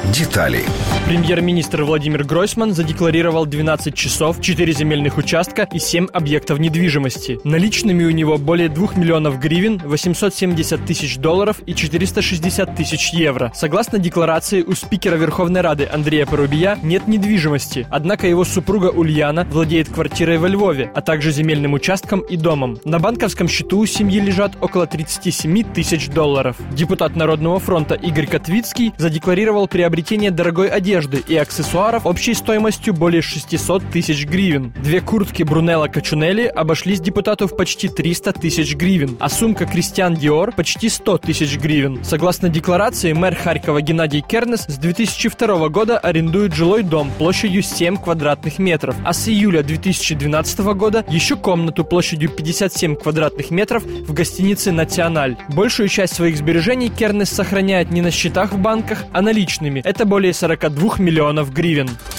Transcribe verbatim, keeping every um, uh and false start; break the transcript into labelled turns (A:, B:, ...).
A: Детали.
B: Премьер-министр Владимир Гройсман задекларировал двенадцать часов, четыре земельных участка и семь объектов недвижимости. Наличными у него более двух миллионов гривен, восемьсот семьдесят тысяч долларов и четыреста шестьдесят тысяч евро. Согласно декларации, у спикера Верховной Рады Андрея Порубия нет недвижимости, однако его супруга Ульяна владеет квартирой во Львове, а также земельным участком и домом. На банковском счету у семьи лежат около тридцать семь тысяч долларов. Депутат Народного фронта Игорь Котвицкий задекларировал приобретение дорогой одежды и аксессуаров общей стоимостью более шестьсот тысяч гривен. Две куртки Брунелло Качунелли обошлись депутату в почти триста тысяч гривен, а сумка Кристиан Диор почти сто тысяч гривен. Согласно декларации, мэр Харькова Геннадий Кернес с две тысячи второго года арендует жилой дом площадью семь квадратных метров, а с июля две тысячи двенадцатого года еще комнату площадью пятьдесят семь квадратных метров в гостинице «Националь». Большую часть своих сбережений Кернес сохраняет не на счетах в банках, а наличными. Это более сорок два миллионов гривен.